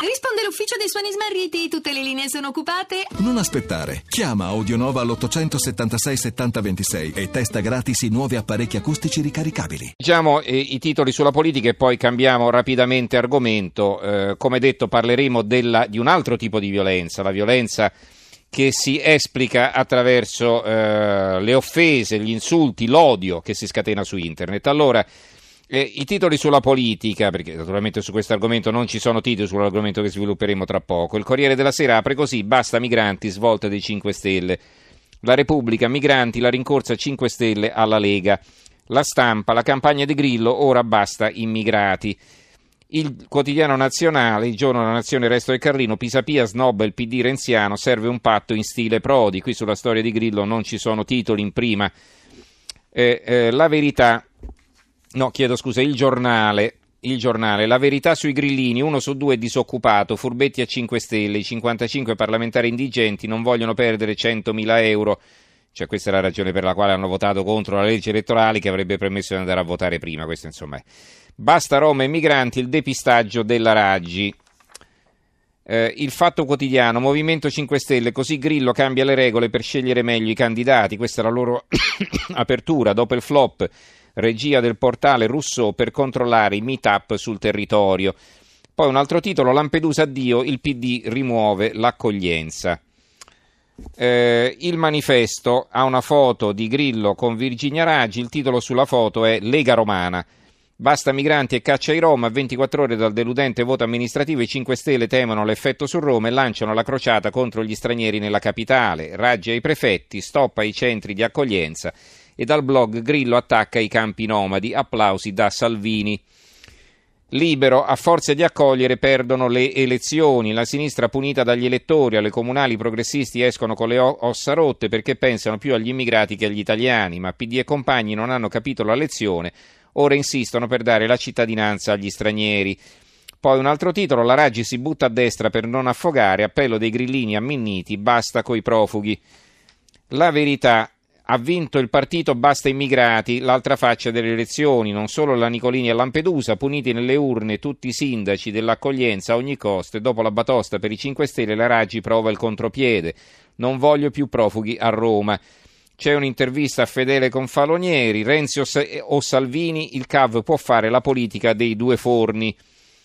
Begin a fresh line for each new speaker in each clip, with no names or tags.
Risponde l'ufficio dei suoni smarriti, tutte le linee sono occupate.
Non aspettare, chiama Audionova all'876 70 26 e testa gratis i nuovi apparecchi acustici ricaricabili.
Diciamo i titoli sulla politica e poi cambiamo rapidamente argomento. Come detto parleremo di un altro tipo di violenza, la violenza che si esplica attraverso le offese, gli insulti, l'odio che si scatena su internet. Allora, i titoli sulla politica, perché naturalmente su questo argomento non ci sono titoli sull'argomento che svilupperemo tra poco. Il Corriere della Sera apre così: basta migranti, svolta dei 5 Stelle. La Repubblica, migranti, la rincorsa 5 Stelle alla Lega. La Stampa, la campagna di Grillo, ora basta immigrati. Il Quotidiano Nazionale, il Giorno della Nazione, Resto del Carlino, Pisapia snobba il PD renziano, serve un patto in stile Prodi. Qui sulla storia di Grillo non ci sono titoli in prima. La Verità, no chiedo scusa, il giornale, la verità sui grillini, 1 su 2 è disoccupato, furbetti a 5 Stelle, i 55 parlamentari indigenti non vogliono perdere 100.000 euro. Cioè, questa è la ragione per la quale hanno votato contro la legge elettorale che avrebbe permesso di andare a votare prima. Questo insomma è. Basta Roma e migranti, il depistaggio della Raggi. Il Fatto Quotidiano, Movimento 5 Stelle, così Grillo cambia le regole per scegliere meglio i candidati. Questa è la loro apertura. Dopo il flop, regia del portale Rousseau per controllare i meet-up sul territorio. Poi un altro titolo, Lampedusa addio, il PD rimuove l'accoglienza. Il Manifesto ha una foto di Grillo con Virginia Raggi, il titolo sulla foto è Lega Romana. Basta migranti e caccia ai Rom, a 24 ore dal deludente voto amministrativo i 5 Stelle temono l'effetto su Roma e lanciano la crociata contro gli stranieri nella capitale. Raggi ai prefetti, stop ai centri di accoglienza e dal blog Grillo attacca i campi nomadi, applausi da Salvini. Libero, a forza di accogliere perdono le elezioni, la sinistra punita dagli elettori, alle comunali i progressisti escono con le ossa rotte perché pensano più agli immigrati che agli italiani, ma PD e compagni non hanno capito la lezione, ora insistono per dare la cittadinanza agli stranieri. Poi un altro titolo, la Raggi si butta a destra per non affogare, appello dei grillini amminniti, basta coi profughi. La Verità, ha vinto il partito Basta Immigrati, l'altra faccia delle elezioni, non solo la Nicolini a Lampedusa, puniti nelle urne tutti i sindaci dell'accoglienza a ogni costo e dopo la batosta per i 5 Stelle la Raggi prova il contropiede, non voglio più profughi a Roma. C'è un'intervista a Fedele Confalonieri, Renzi o Salvini, il CAV può fare la politica dei due forni.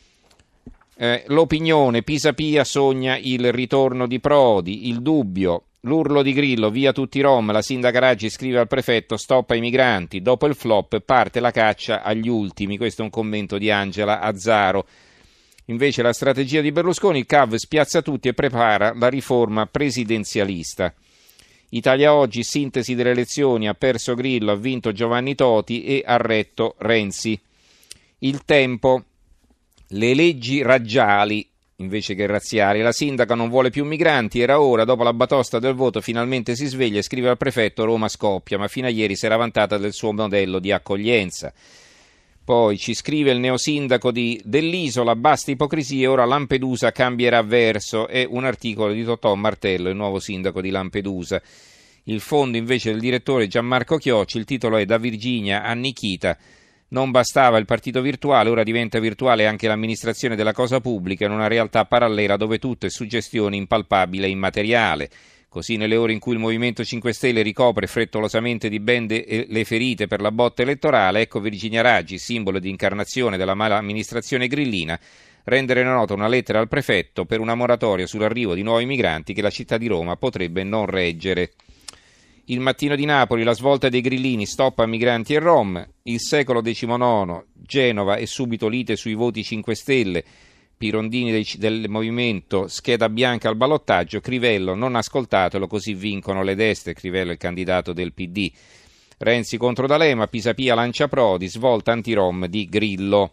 L'Opinione, Pisapia sogna il ritorno di Prodi, il Dubbio. L'urlo di Grillo, via tutti i Rom, la sindaca Raggi scrive al prefetto stop ai migranti, dopo il flop parte la caccia agli ultimi, questo è un commento di Angela Azzaro. Invece la strategia di Berlusconi, il CAV spiazza tutti e prepara la riforma presidenzialista. Italia Oggi, sintesi delle elezioni, ha perso Grillo, ha vinto Giovanni Toti e ha retto Renzi. Il Tempo, le leggi raggiali invece che razziali, la sindaca non vuole più migranti, era ora, dopo la batosta del voto finalmente si sveglia e scrive al prefetto Roma scoppia, ma fino a ieri si era vantata del suo modello di accoglienza. Poi ci scrive il neosindaco dell'isola, basta ipocrisie, ora Lampedusa cambierà verso, è un articolo di Totò Martello, il nuovo sindaco di Lampedusa. Il fondo invece del direttore Gianmarco Chiocci, il titolo è Da Virginia a Nikita. Non bastava il partito virtuale, ora diventa virtuale anche l'amministrazione della cosa pubblica in una realtà parallela dove tutto è suggestione impalpabile e immateriale. Così nelle ore in cui il Movimento 5 Stelle ricopre frettolosamente di bende le ferite per la botta elettorale, ecco Virginia Raggi, simbolo di incarnazione della mala amministrazione grillina, rendere nota una lettera al prefetto per una moratoria sull'arrivo di nuovi migranti che la città di Roma potrebbe non reggere. Il Mattino di Napoli, la svolta dei grillini, stop a migranti e Rom. Il Secolo XIX, Genova e subito lite sui voti 5 Stelle. Pirondini del Movimento, scheda bianca al ballottaggio. Crivello, non ascoltatelo, così vincono le destre. Crivello è il candidato del PD. Renzi contro D'Alema, Pisapia lancia Prodi, svolta anti-Rom di Grillo.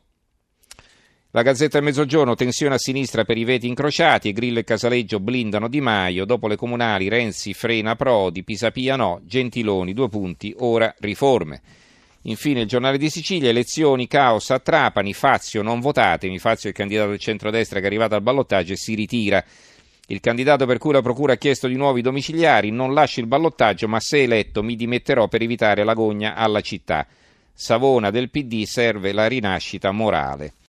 La Gazzetta del Mezzogiorno, tensione a sinistra per i veti incrociati e Grillo e Casaleggio blindano Di Maio, dopo le comunali Renzi frena Prodi, Pisapia no, Gentiloni, 2 punti, ora riforme. Infine il Giornale di Sicilia, elezioni, caos a Trapani, Fazio non votatemi, Fazio è il candidato del centrodestra che è arrivato al ballottaggio e si ritira. Il candidato per cui la procura ha chiesto di nuovi domiciliari, non lascio il ballottaggio ma se eletto mi dimetterò per evitare l'agonia alla città. Savona del PD serve la rinascita morale.